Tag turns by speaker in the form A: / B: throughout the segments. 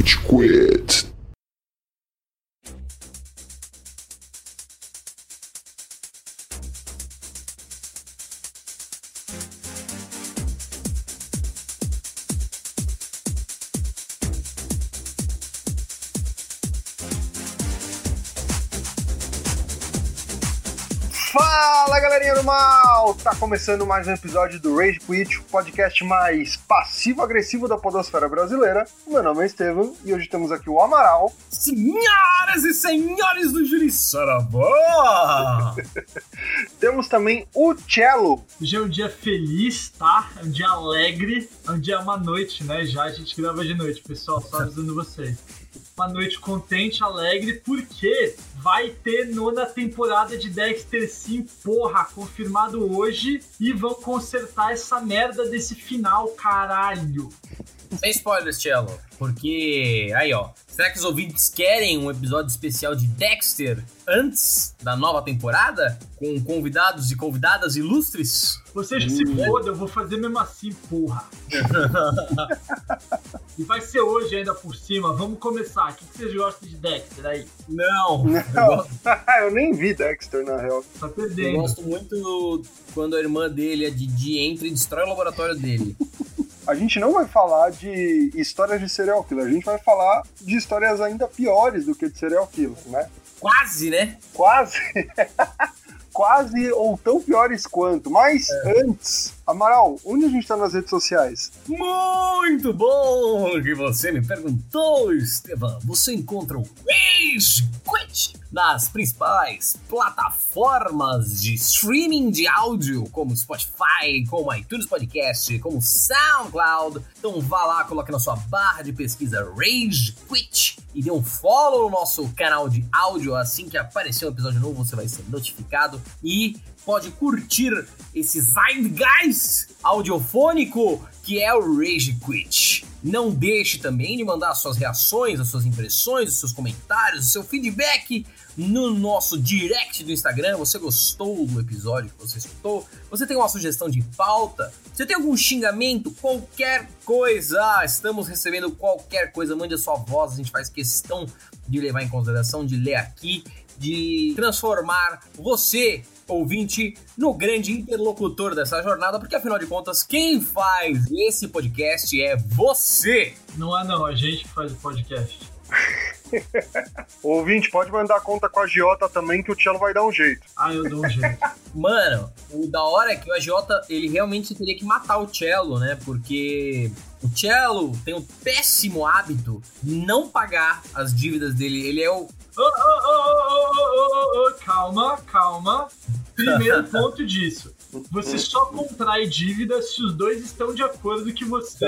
A: Rage Quit.
B: Fala, galerinha do mal! Tá começando mais um episódio do Rage Quit, o podcast mais passivo-agressivo da podosfera brasileira. Meu nome é Estevam e hoje temos aqui o Amaral.
C: Senhoras e senhores do Júri Sarabá!
B: Temos também o Cello.
D: Hoje é um dia feliz, tá? É um dia alegre, é um dia, uma noite, né? Já a gente grava de noite, pessoal, só avisando vocês. Uma noite contente, alegre, porque vai ter nona temporada de Dexter sim, porra, confirmado hoje, e vão consertar essa merda desse final, caralho.
C: Sem spoilers, Cello, porque, aí ó, será que os ouvintes querem um episódio especial de Dexter antes da nova temporada? Com convidados e convidadas ilustres?
D: Vocês que se fodam, eu vou fazer mesmo assim, porra. E vai ser hoje ainda por cima, vamos começar. O que vocês gostam de Dexter aí?
C: Não.
B: Eu nem vi Dexter, na real.
D: Tá
C: Eu
D: perdendo.
C: gosto muito quando a irmã dele, a Didi, entra e destrói o laboratório dele.
B: A gente não vai falar de histórias de serial killer, a gente vai falar de histórias ainda piores do que de serial killer, né?
C: Quase, né?
B: Quase. Quase ou tão piores quanto. Mas antes, Amaral, onde a gente tá nas redes sociais?
C: Muito bom que você me perguntou, Estevam. Você encontra o Rage Quit nas principais plataformas de streaming de áudio, como Spotify, como iTunes Podcast, como SoundCloud. Então vá lá, coloque na sua barra de pesquisa Rage Quit e dê um follow no nosso canal de áudio. Assim que aparecer um episódio novo, você vai ser notificado e pode curtir esse Zeitgeist audiofônico que é o Rage Quit. Não deixe também de mandar as suas reações, as suas impressões, os seus comentários, o seu feedback no nosso direct do Instagram. Você gostou do episódio que você escutou? Você tem uma sugestão de pauta? Você tem algum xingamento? Qualquer coisa! Estamos recebendo qualquer coisa. Mande a sua voz, a gente faz questão de levar em consideração, de ler aqui, de transformar você, ouvinte, no grande interlocutor dessa jornada, porque afinal de contas, quem faz esse podcast é você!
D: Não é não, a gente que faz o podcast.
B: O ouvinte, pode mandar conta com a Giota também, que o Cello vai dar um jeito.
D: Ah, eu dou um jeito.
C: Mano, o da hora é que o agiota, ele realmente teria que matar o Cello, né? Porque o Cello tem o péssimo hábito de não pagar as dívidas dele. Ele é o...
D: Calma. Primeiro ponto disso. Você só contrai dívida se os dois estão de acordo que você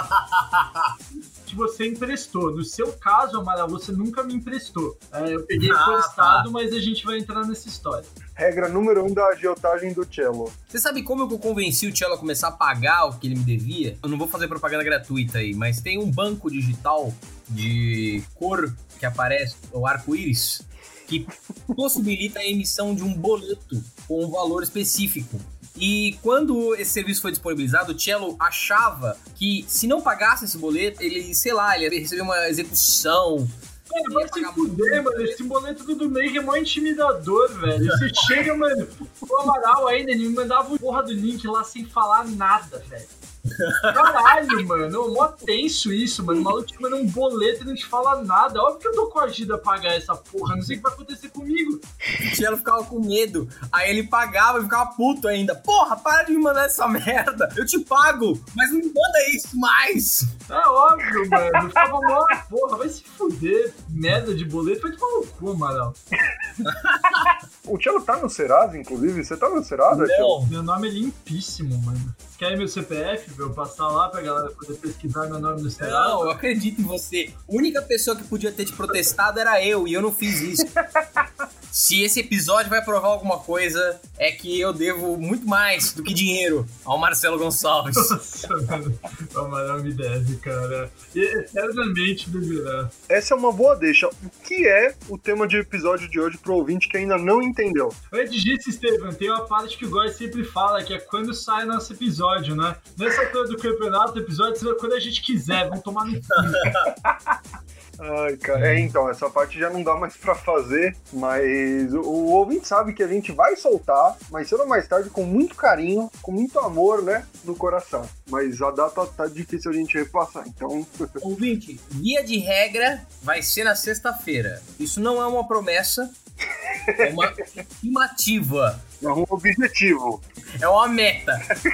D: emprestou. No seu caso, Amaral, você nunca me emprestou. Eu peguei emprestado, mas a gente vai entrar nessa história.
B: Regra número 1 da agiotagem do Cello.
C: Você sabe como eu convenci o Cello a começar a pagar o que ele me devia? Eu não vou fazer propaganda gratuita aí, mas tem um banco digital de cor que aparece, o arco-íris, que possibilita a emissão de um boleto com um valor específico. E quando esse serviço foi disponibilizado, o Cello achava que se não pagasse esse boleto, ele, sei lá, ele ia receber uma execução.
D: Mano, vai se fuder, mano. Esse boleto do Meir é mó intimidador, velho. Você chega, mano, o Amaral ainda, ele me mandava o porra do link lá sem falar nada, velho. Caralho, mano, mó tenso isso, mano. O maluco te manda um boleto e não te fala nada. Óbvio que eu tô coagido a pagar essa porra. Não sei o que vai acontecer comigo.
C: O Cello ficava com medo. Aí ele pagava e ficava puto ainda. Porra, para de me mandar essa merda. Eu te pago, mas não me manda isso mais.
D: É óbvio, mano. Eu ficava mó, porra, vai se fuder. Merda de boleto, vai tomar no cu, Amaral.
B: O Cello tá no Serasa, inclusive? Você tá no Serasa, Cello?
D: Meu nome é limpíssimo, mano. Quer meu CPF pra eu passar lá pra galera poder pesquisar meu nome no Serasa?
C: Não, eu acredito em você. A única pessoa que podia ter te protestado era eu, e eu não fiz isso. Se esse episódio vai provar alguma coisa, é que eu devo muito mais do que dinheiro ao Marcelo Gonçalves.
D: Nossa, mano. O Amaral me deve, cara. E eternamente deverá.
B: Essa é uma boa deixa. O que é o tema de episódio de hoje pro ouvinte que ainda não entendeu?
D: Antes disso, Estevam, tem uma parte que o Góis sempre fala, que é quando sai nosso episódio, né? Nessa altura do campeonato, o episódio será quando a gente quiser, vamos tomar no cu.
B: Ai, cara. Então, essa parte já não dá mais pra fazer, mas o ouvinte sabe que a gente vai soltar, mais cedo ou mais tarde, com muito carinho, com muito amor, né, no coração. Mas a data tá difícil a gente repassar, então...
C: Ouvinte, via de regra, vai ser na sexta-feira. Isso não é uma promessa, é uma estimativa.
B: É um objetivo.
C: É uma meta.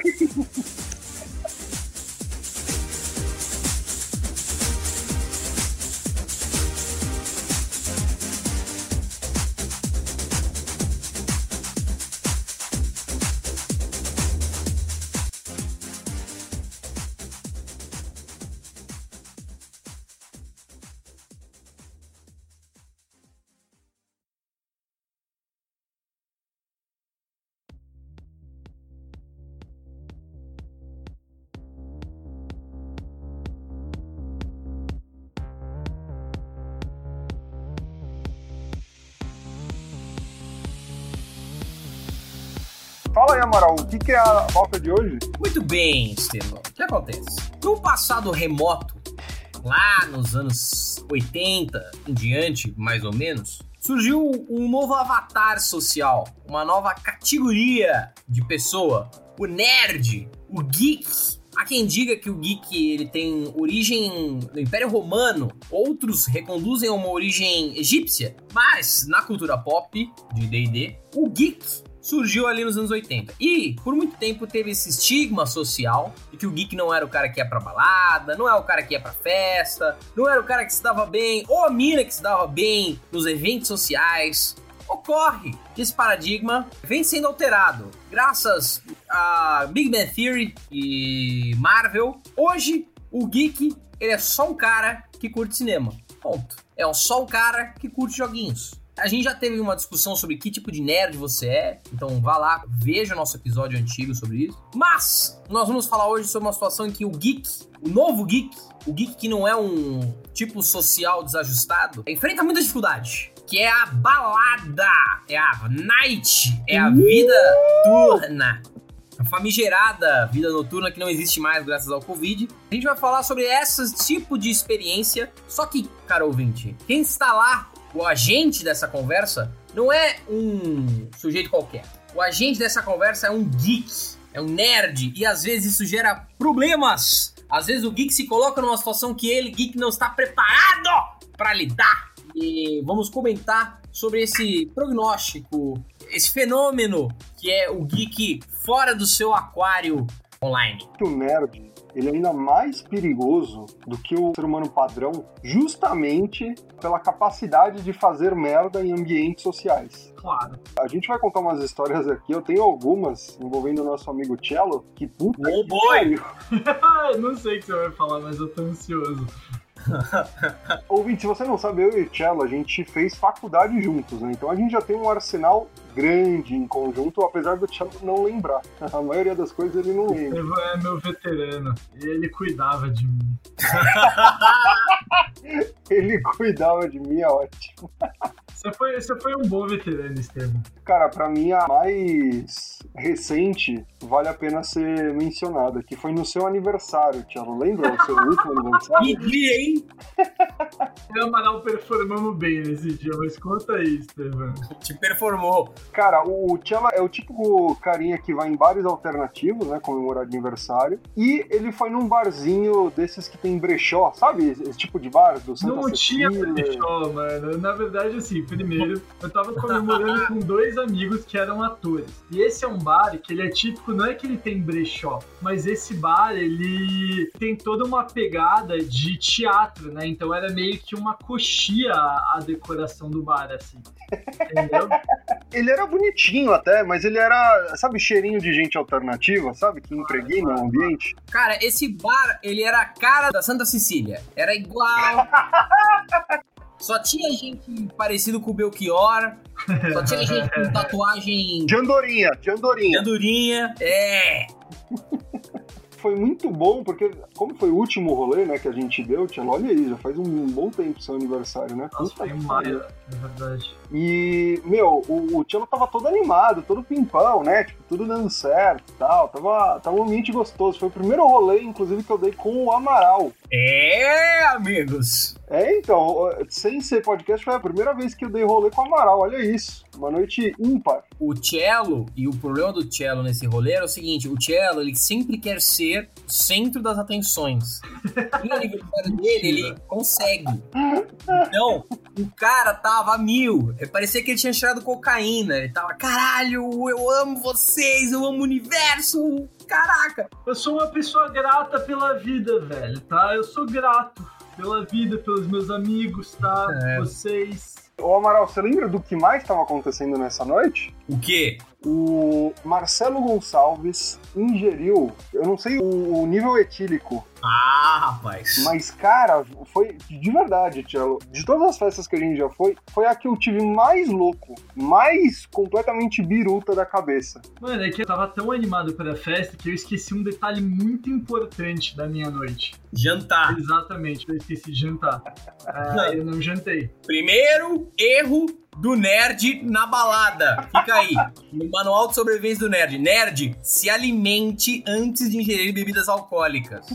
B: Fala aí, Amaral, o que é a pauta de hoje?
C: Muito bem, Estevão. O que acontece? No passado remoto, lá nos anos 80 em diante, mais ou menos, surgiu um novo avatar social, uma nova categoria de pessoa, o nerd, o geek. Há quem diga que o geek ele tem origem no Império Romano, outros reconduzem a uma origem egípcia, mas na cultura pop de D&D, o geek surgiu ali nos anos 80. E, por muito tempo, teve esse estigma social de que o geek não era o cara que ia pra balada, não era o cara que ia pra festa, não era o cara que se dava bem, ou a mina que se dava bem nos eventos sociais. Ocorre que esse paradigma vem sendo alterado. Graças a Big Bang Theory e Marvel, hoje o geek ele é só um cara que curte cinema. Ponto. É só um cara que curte joguinhos. A gente já teve uma discussão sobre que tipo de nerd você é, então vá lá, veja o nosso episódio antigo sobre isso. Mas nós vamos falar hoje sobre uma situação em que o geek, o novo geek, o geek que não é um tipo social desajustado, enfrenta muita dificuldade, que é a balada, é a night, é a vida noturna. A famigerada vida noturna que não existe mais graças ao Covid. A gente vai falar sobre esse tipo de experiência, só que, cara ouvinte, quem está lá, o agente dessa conversa não é um sujeito qualquer. O agente dessa conversa é um geek, é um nerd, e às vezes isso gera problemas. Às vezes o geek se coloca numa situação que ele, geek, não está preparado para lidar. E vamos comentar sobre esse prognóstico, esse fenômeno que é o geek fora do seu aquário online.
B: O nerd, ele é ainda mais perigoso do que o ser humano padrão, justamente pela capacidade de fazer merda em ambientes sociais.
D: Claro.
B: A gente vai contar umas histórias aqui, eu tenho algumas envolvendo o nosso amigo Cello, que puta que
C: boy!
D: Não sei o que você vai falar, mas eu tô ansioso.
B: Ouvinte, se você não sabe, eu e o Cello, a gente fez faculdade juntos, né? Então a gente já tem um arsenal grande em conjunto, apesar do Cello não lembrar. A maioria das coisas ele não lembra.
D: Ele é meu veterano, e ele cuidava de mim.
B: Ele cuidava de mim, é ótimo.
D: Você foi um bom veterano, Estevam.
B: Cara, pra mim a mais recente vale a pena ser mencionada, que foi no seu aniversário, Thiago. Lembra o seu último aniversário?
C: Que dia, hein?
D: Eu e o Amaral performamos bem nesse dia, mas conta aí, Estevam.
C: Te performou.
B: Cara, o Cello é o típico carinha que vai em bares alternativos, né, comemorar aniversário, e ele foi num barzinho desses que tem brechó, sabe? Esse tipo de bar do Santa
D: Não
B: Cecília.
D: tinha brechó, mano. Na verdade, assim, primeiro, eu tava comemorando com dois amigos que eram atores. E esse é um bar que ele é típico, não é que ele tem brechó, mas esse bar, ele tem toda uma pegada de teatro, né? Então era meio que uma coxia a decoração do bar, assim. Entendeu?
B: Ele era bonitinho até, mas ele era, sabe, cheirinho de gente alternativa, sabe? Que impregna o ambiente.
C: Cara, esse bar, ele era a cara da Santa Cecília. Era igual. Só tinha gente parecido com o Belchior, só tinha gente com tatuagem...
B: De andorinha.
C: De andorinha,
B: Foi muito bom, porque como foi o último rolê, né, que a gente deu, Tchelo, olha aí, já faz um bom tempo seu aniversário, né?
D: Nossa, foi em maio, é verdade.
B: E, meu, o Tchelo tava todo animado, todo pimpão, né? Tipo, tudo dando certo e tal. Tava um ambiente gostoso. Foi o primeiro rolê, inclusive, que eu dei com o Amaral.
C: Amigos!
B: Então, sem ser podcast, foi a primeira vez que eu dei rolê com o Amaral, olha isso. Uma noite ímpar.
C: O Cello, e o problema do Cello nesse rolê era o seguinte, o Cello, ele sempre quer ser o centro das atenções. E no aniversário dele, ele consegue. Então, o cara tava a mil. Parecia que ele tinha cheirado cocaína. Ele tava, caralho, eu amo vocês, eu amo o universo, caraca.
D: Eu sou uma pessoa grata pela vida, velho, tá? Eu sou grato pela vida, pelos meus amigos, tá? Vocês...
B: Ô Amaral, você lembra do que mais estava acontecendo nessa noite?
C: O quê?
B: O Marcelo Gonçalves ingeriu, eu não sei o nível etílico.
C: Rapaz.
B: Mas, cara, foi de verdade, Tchelo. De todas as festas que a gente já foi a que eu tive mais louco, mais completamente biruta da cabeça.
D: Mano, é que eu tava tão animado pra festa que eu esqueci um detalhe muito importante da minha noite.
C: Jantar.
D: Exatamente, eu esqueci de jantar. Eu não jantei.
C: Primeiro erro do nerd na balada. Fica aí. No manual de sobrevivência do nerd. Nerd, se alimente antes de ingerir bebidas alcoólicas.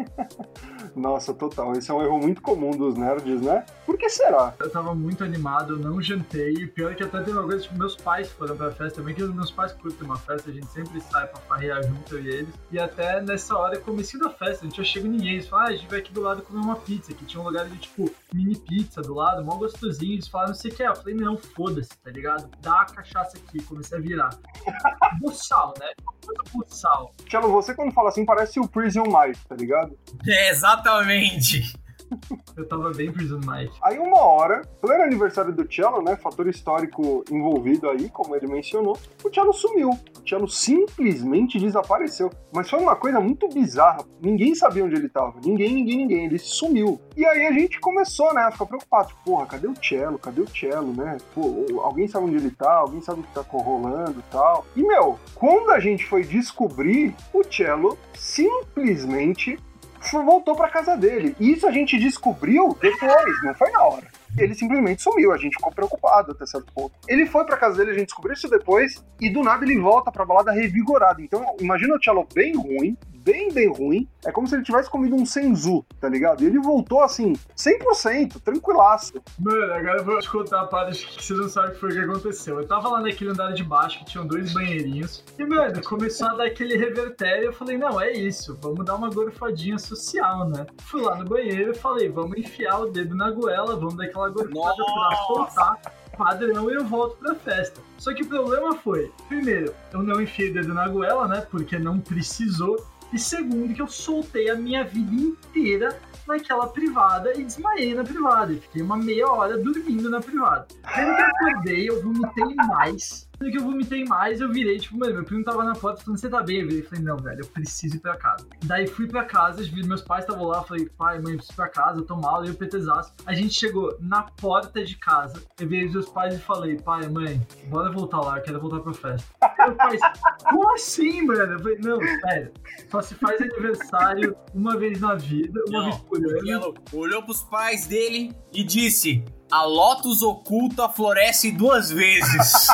B: Nossa, total. Esse é um erro muito comum dos nerds, né? Por que será?
D: Eu tava muito animado, eu não jantei. E pior é que até teve uma coisa, tipo, meus pais foram pra festa também, que os meus pais curtem uma festa, a gente sempre sai pra farrear junto, eu e eles. E até nessa hora, comecei da festa, a gente já chega ninguém. Eles falaram, a gente vai aqui do lado comer uma pizza, que tinha um lugar de, tipo, mini pizza do lado, mó gostosinho. Eles falaram, você quer? Eu falei, não, foda-se, tá ligado? Dá a cachaça aqui, comecei a virar. Buçal, né? Buçal.
B: Tchelo, você quando fala assim parece o Prison Mike, tá ligado?
C: Exatamente.
D: Eu tava bem Prison Mike.
B: Aí uma hora, pleno aniversário do Cello, né, fator histórico envolvido aí, como ele mencionou, o Cello sumiu. O Cello simplesmente desapareceu. Mas foi uma coisa muito bizarra. Ninguém sabia onde ele tava. Ninguém. Ele sumiu. E aí a gente começou, né, a ficar preocupado. Tipo, porra, cadê o Cello, né? Pô, alguém sabe onde ele tá? Alguém sabe o que tá rolando e tal. E, meu, quando a gente foi descobrir, o Cello simplesmente voltou pra casa dele. E isso a gente descobriu depois, não foi na hora. Ele simplesmente sumiu, a gente ficou preocupado até certo ponto. Ele foi pra casa dele, a gente descobriu isso depois, e do nada ele volta pra balada revigorado. Então, imagina o Cello bem ruim, bem ruim. É como se ele tivesse comido um senzu, tá ligado? E ele voltou assim, 100%, tranquilaço.
D: Mano, agora eu vou te contar a parte que você não sabe o que foi que aconteceu. Eu tava lá naquele andar de baixo que tinham 2 banheirinhos. E, mano, começou a dar aquele revertério. Eu falei, não, é isso, vamos dar uma gorfadinha social, né? Fui lá no banheiro e falei, vamos enfiar o dedo na goela, vamos dar aquela gorfada pra soltar. Padrão, e eu volto pra festa. Só que o problema foi, primeiro, eu não enfiei o dedo na goela, né? Porque não precisou. E segundo, que eu soltei a minha vida inteira naquela privada e desmaiei na privada. E fiquei uma meia hora dormindo na privada. Quando que eu acordei, eu vomitei mais. Quando que eu vomitei mais, eu virei, tipo, mano, meu primo tava na porta falando, você tá bem? Eu virei e falei, não, velho, eu preciso ir pra casa. Daí fui pra casa, meus pais estavam lá, falei, pai, mãe, eu preciso ir pra casa, eu tô mal, daí o PTzaço. A gente chegou na porta de casa, eu virei os meus pais e falei, pai, mãe, bora voltar lá, eu quero voltar pra festa. Aí o pai, como assim, mano? Eu falei, não, sério, só se faz aniversário uma vez na vida, uma vez por ano.
C: Ele olhou pros pais dele e disse, a Lotus oculta floresce 2 vezes.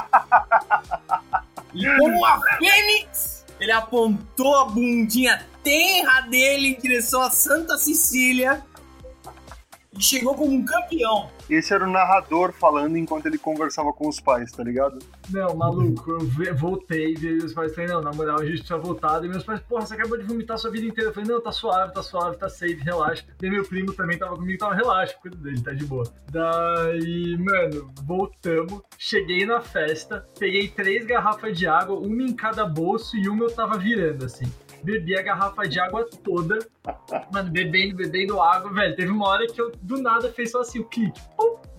C: E como a fênix, ele apontou a bundinha tenra dele em direção a Santa Cecília e chegou como um campeão.
B: Esse era o narrador falando enquanto ele conversava com os pais, tá ligado?
D: Não, maluco, eu voltei, vi meus pais falei, não, na moral, a gente precisa voltar. E meus pais, porra, você acabou de vomitar a sua vida inteira. Eu falei, não, tá suave, tá safe, relaxa. Daí meu primo também tava comigo, tava relaxa, cuida dele, tá de boa. Daí, mano, voltamos, cheguei na festa, peguei 3 garrafas de água, uma em cada bolso e uma eu tava virando, assim. Bebi a garrafa de água toda, mano, bebendo água, velho. Teve uma hora que eu, do nada, fez só assim, o clique, pum,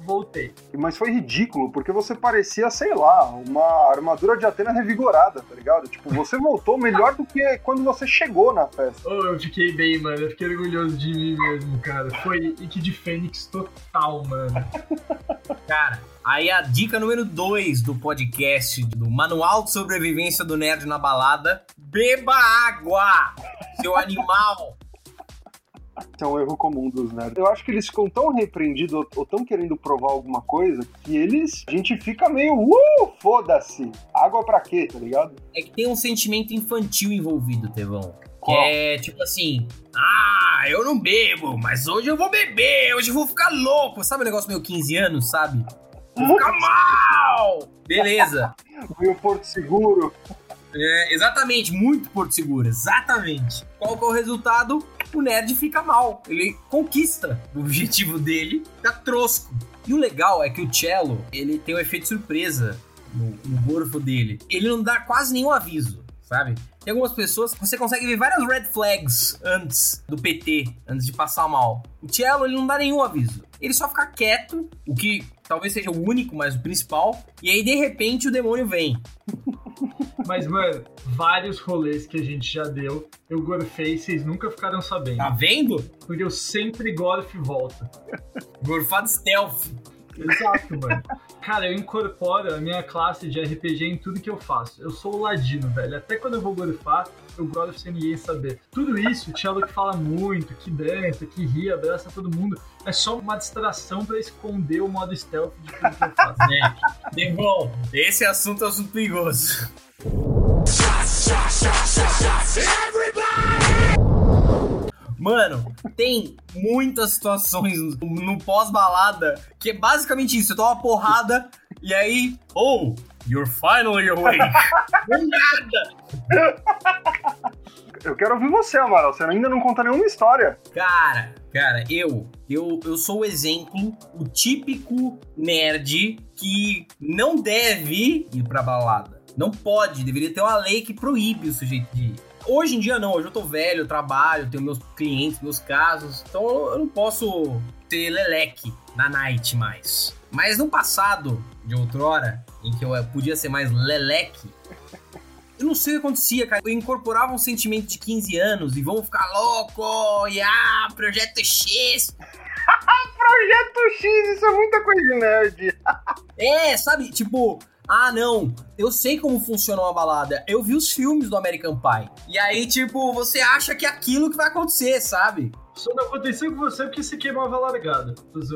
D: voltei.
B: Mas foi ridículo, porque você parecia, sei lá, uma armadura de Atena revigorada, tá ligado? Tipo, você voltou melhor do que quando você chegou na festa.
D: Oh, eu fiquei bem, mano. Eu fiquei orgulhoso de mim mesmo, cara. Foi Ike de Fênix total, mano.
C: Cara, aí a dica número 2 do podcast, do Manual de Sobrevivência do Nerd na Balada: beba água, seu animal.
B: Isso é um erro comum dos nerds. Eu acho que eles ficam tão repreendidos ou tão querendo provar alguma coisa que a gente fica meio, foda-se. Água pra quê, tá ligado?
C: É que tem um sentimento infantil envolvido, Tevão.
B: Qual?
C: Que é tipo assim, eu não bebo, mas hoje eu vou beber, hoje eu vou ficar louco. Sabe o negócio meio 15 anos, sabe? Vou ficar mal! Beleza.
B: Meio Porto Seguro.
C: É, exatamente, muito Porto Seguro, exatamente. Qual que é o resultado? O nerd fica mal, ele conquista o objetivo dele, fica trosco. E o legal é que o cello, ele tem um efeito surpresa no gorfo dele. Ele não dá quase nenhum aviso, sabe? Tem algumas pessoas que você consegue ver várias red flags antes do PT, antes de passar mal. O cello, ele não dá nenhum aviso. Ele só fica quieto, o que talvez seja o único, mas o principal. E aí, de repente, o demônio vem.
D: Mas, mano, vários rolês que a gente já deu, eu gorfei e vocês nunca ficaram sabendo.
C: Tá vendo?
D: Porque eu sempre gorfo e volto.
C: Gorfado stealth.
D: Exato, mano. Cara, eu incorporo a minha classe de RPG em tudo que eu faço. Eu sou o ladino, velho. Até quando eu vou gorfar, eu gorfo sem ninguém saber. Tudo isso, o Cello que fala muito, que dança, que ri, abraça todo mundo, é só uma distração pra esconder o modo stealth de tudo que eu faço.
C: Bom, esse assunto é um assunto perigoso. Mano, tem muitas situações no pós-balada que é basicamente isso. Você toma uma porrada e aí... Oh, you're finally awake. Não nada.
B: Eu quero ouvir você, Amaral. Você ainda não conta nenhuma história.
C: Cara, eu sou o exemplo, o típico nerd que não deve ir pra balada. Não pode, deveria ter uma lei que proíbe o sujeito de ir. Hoje em dia não, hoje eu tô velho, eu trabalho, tenho meus clientes, meus casos, então eu não posso ter leleque na night mais. Mas no passado, de outrora, em que eu podia ser mais leleque, eu não sei o que acontecia, cara. Eu incorporava um sentimento de 15 anos e vamos ficar louco, e Projeto X.
B: Projeto X, isso é muita coisa de nerd.
C: Sabe, tipo... não, eu sei como funciona uma balada. Eu vi os filmes do American Pie. E aí, tipo, você acha que é aquilo que vai acontecer, sabe?
D: Só não aconteceu com você porque você queimava a largada.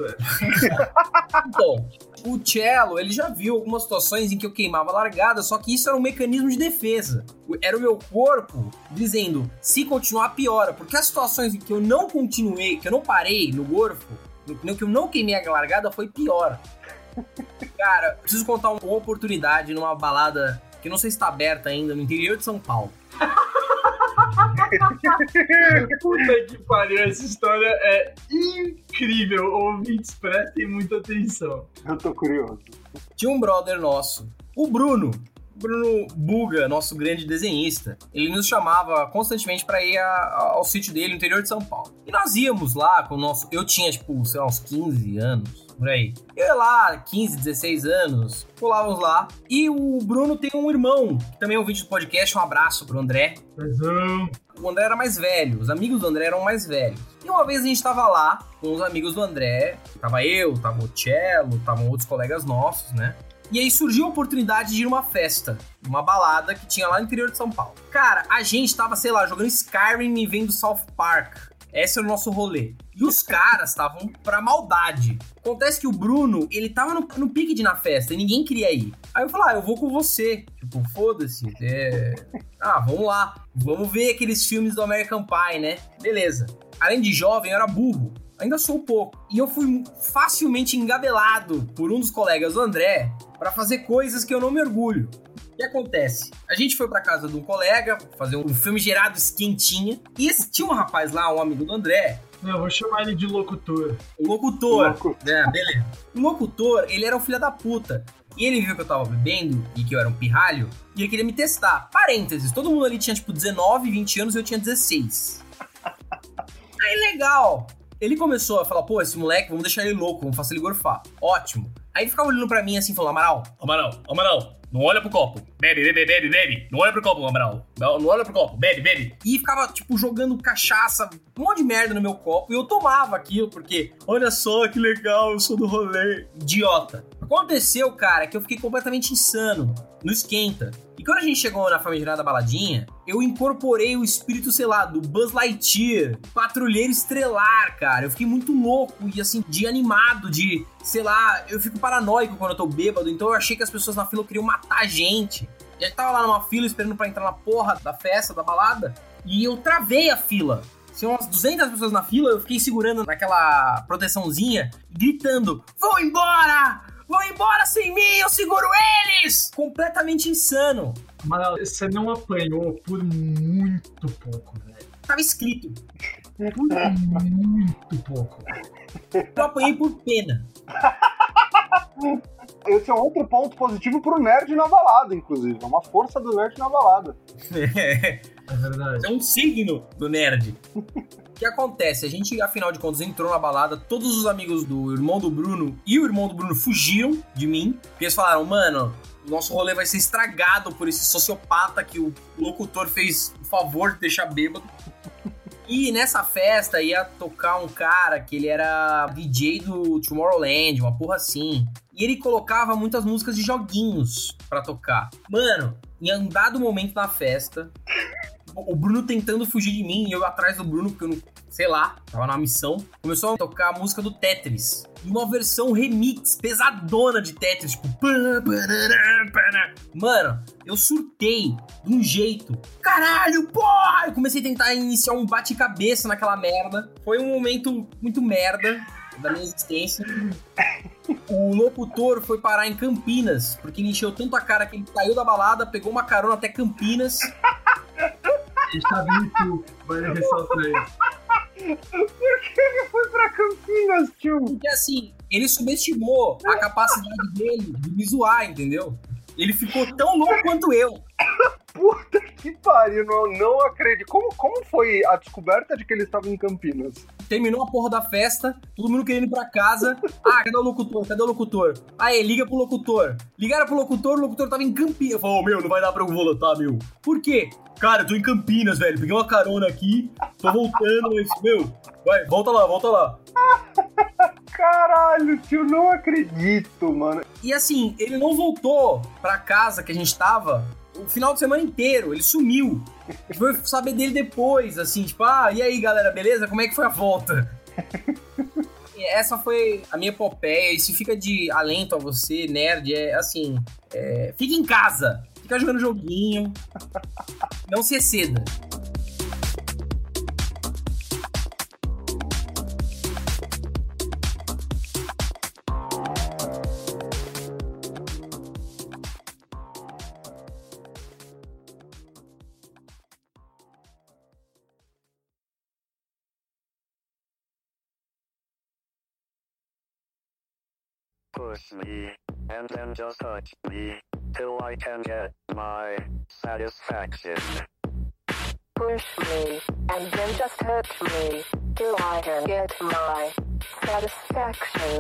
C: Então, o cello, ele já viu algumas situações em que eu queimava a largada, só que isso era um mecanismo de defesa. Era o meu corpo dizendo, se continuar, piora. Porque as situações em que eu não continuei, que eu não parei no gorfo, que eu não queimei a largada, foi pior. Cara, preciso contar uma oportunidade numa balada que não sei se tá aberta ainda, no interior de São Paulo.
D: Puta que pariu, essa história é incrível. Ouvintes, prestem muita atenção.
B: Eu tô curioso.
C: Tinha um brother nosso, o Bruno Buga, nosso grande desenhista. Ele nos chamava constantemente pra ir ao sítio dele no interior de São Paulo. E nós íamos lá com o nosso... Eu tinha, tipo, sei lá, uns 15 anos, por aí. Eu ia lá, 15, 16 anos, pulávamos lá. E o Bruno tem um irmão, que também é ouvinte do podcast. Um abraço pro André. O André era mais velho, os amigos do André eram mais velhos. E uma vez a gente tava lá com os amigos do André. Tava eu, tava o Cello, estavam outros colegas nossos, né? E aí surgiu a oportunidade de ir numa festa, uma balada que tinha lá no interior de São Paulo. Cara, a gente tava, sei lá, jogando Skyrim e vendo South Park. Esse era o nosso rolê. E os caras estavam pra maldade. Acontece que o Bruno, ele tava no pique de ir na festa e ninguém queria ir. Aí eu falei, eu vou com você. Tipo, foda-se. Vamos lá. Vamos ver aqueles filmes do American Pie, né? Beleza. Além de jovem, eu era burro. Ainda sou pouco. E eu fui facilmente engabelado por um dos colegas do André pra fazer coisas que eu não me orgulho. O que acontece? A gente foi pra casa de um colega fazer um filme gerado esquentinha. E tinha um rapaz lá, um amigo do André.
D: Eu vou chamar ele de locutor.
C: O locutor. Beleza. O locutor, ele era um filho da puta. E ele viu que eu tava bebendo e que eu era um pirralho. E ele queria me testar. Parênteses, todo mundo ali tinha tipo 19, 20 anos e eu tinha 16. Aí legal. Ele começou a falar, pô, esse moleque, vamos deixar ele louco, vamos fazer ele gorfar. Ótimo. Aí ele ficava olhando pra mim assim, falou, Amaral, não olha pro copo. Bebe. Não olha pro copo, Amaral. Não olha pro copo, bebe. E ficava, tipo, jogando cachaça, um monte de merda no meu copo. E eu tomava aquilo, porque, olha só que legal, eu sou do rolê. Idiota. Aconteceu, cara, que eu fiquei completamente insano no esquenta. E quando a gente chegou na famigerada baladinha, eu incorporei o espírito, sei lá, do Buzz Lightyear, patrulheiro estelar, cara. Eu fiquei muito louco e, assim, de animado, de, sei lá, eu fico paranoico quando eu tô bêbado, então eu achei que as pessoas na fila queriam matar a gente. Já tava lá numa fila esperando pra entrar na porra da festa, da balada, e eu travei a fila. Tinha umas 200 pessoas na fila, eu fiquei segurando naquela proteçãozinha, gritando, vão embora! Vão embora sem mim, eu seguro eles! Completamente insano.
D: Amaral, você não apanhou por muito pouco, velho.
C: Tava escrito.
D: Por muito pouco.
C: Eu apanhei por pena.
B: Esse é outro ponto positivo pro nerd na balada, inclusive. É uma força do nerd na balada.
D: É verdade.
C: É um signo do nerd. O que acontece? A gente, afinal de contas, entrou na balada, todos os amigos do irmão do Bruno e o irmão do Bruno fugiram de mim, porque eles falaram, mano, nosso rolê vai ser estragado por esse sociopata que o locutor fez o favor de deixar bêbado. E nessa festa ia tocar um cara que ele era DJ do Tomorrowland, uma porra assim. E ele colocava muitas músicas de joguinhos pra tocar. Mano, em um dado momento na festa, o Bruno tentando fugir de mim e eu atrás do Bruno, porque eu não, sei lá, tava numa missão. Começou a tocar a música do Tetris. E uma versão remix pesadona de Tetris, tipo... Mano, eu surtei de um jeito. Caralho, porra! Eu comecei a tentar iniciar um bate-cabeça naquela merda. Foi um momento muito merda da minha existência. O locutor foi parar em Campinas, porque ele encheu tanto a cara que ele saiu da balada, pegou uma carona até Campinas...
D: A gente tá vendo tu, vai ressaltar aí.
B: Por que ele foi pra Campinas, tio?
C: Porque assim, ele subestimou a capacidade dele de me zoar, entendeu? Ele ficou tão louco quanto eu.
B: Puta que pariu, não acredito. Como foi a descoberta de que ele estava em Campinas?
C: Terminou a porra da festa, todo mundo querendo ir pra casa. Ah, cadê o locutor? Aí, liga pro locutor. Ligaram pro locutor, o locutor tava em Campinas. Eu falei, meu, não vai dar pra eu voltar, meu. Por quê? Cara, eu tô em Campinas, velho. Peguei uma carona aqui, tô voltando, mas, meu, vai, volta lá.
B: Caralho, tio, não acredito, mano.
C: E assim, ele não voltou pra casa que a gente tava o final de semana inteiro, ele sumiu. A gente foi saber dele depois, assim, tipo, e aí, galera, beleza? Como é que foi a volta? E essa foi a minha epopeia, e se fica de alento a você, nerd, fica em casa, fica jogando joguinho, não se exceda.
A: Push me, and then just touch me, till I can get my satisfaction.
E: Push me, and then just touch me, till I can get my satisfaction.